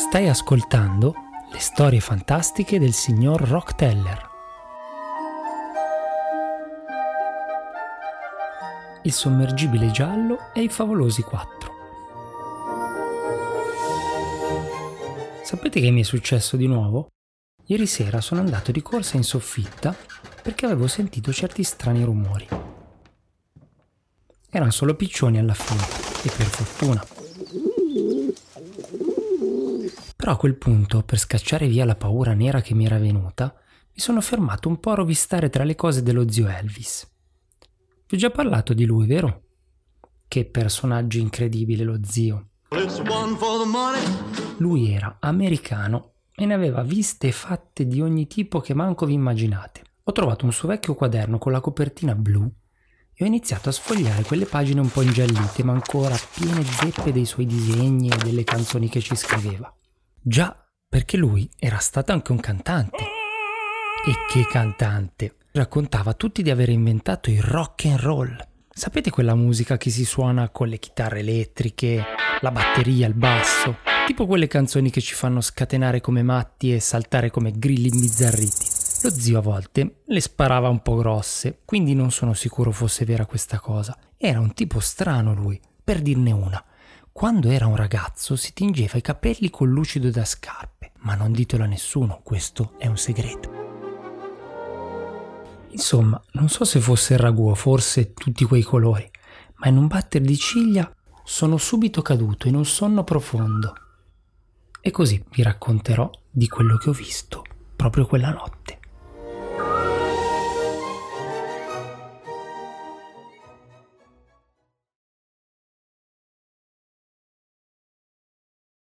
Stai ascoltando le storie fantastiche del signor Rockteller. Il sommergibile giallo e i favolosi 4. Sapete che mi è successo di nuovo? Ieri sera sono andato di corsa in soffitta perché avevo sentito certi strani rumori. Erano solo piccioni alla fine, e per fortuna. Però a quel punto, per scacciare via la paura nera che mi era venuta, mi sono fermato un po' a rovistare tra le cose dello zio Elvis. Vi ho già parlato di lui, vero? Che personaggio incredibile lo zio. Lui era americano e ne aveva viste e fatte di ogni tipo che manco vi immaginate. Ho trovato un suo vecchio quaderno con la copertina blu e ho iniziato a sfogliare quelle pagine un po' ingiallite ma ancora piene zeppe dei suoi disegni e delle canzoni che ci scriveva. Già, perché lui era stato anche un cantante. E che cantante! Raccontava a tutti di aver inventato il rock and roll. Sapete quella musica che si suona con le chitarre elettriche, la batteria, il basso? Tipo quelle canzoni che ci fanno scatenare come matti e saltare come grilli imbizzarriti. Lo zio a volte le sparava un po' grosse, quindi non sono sicuro fosse vera questa cosa. Era un tipo strano lui, per dirne una. Quando era un ragazzo si tingeva i capelli col lucido da scarpe, ma non ditelo a nessuno, questo è un segreto. Insomma, non so se fosse il ragù o forse tutti quei colori, ma in un batter di ciglia sono subito caduto in un sonno profondo. E così vi racconterò di quello che ho visto proprio quella notte.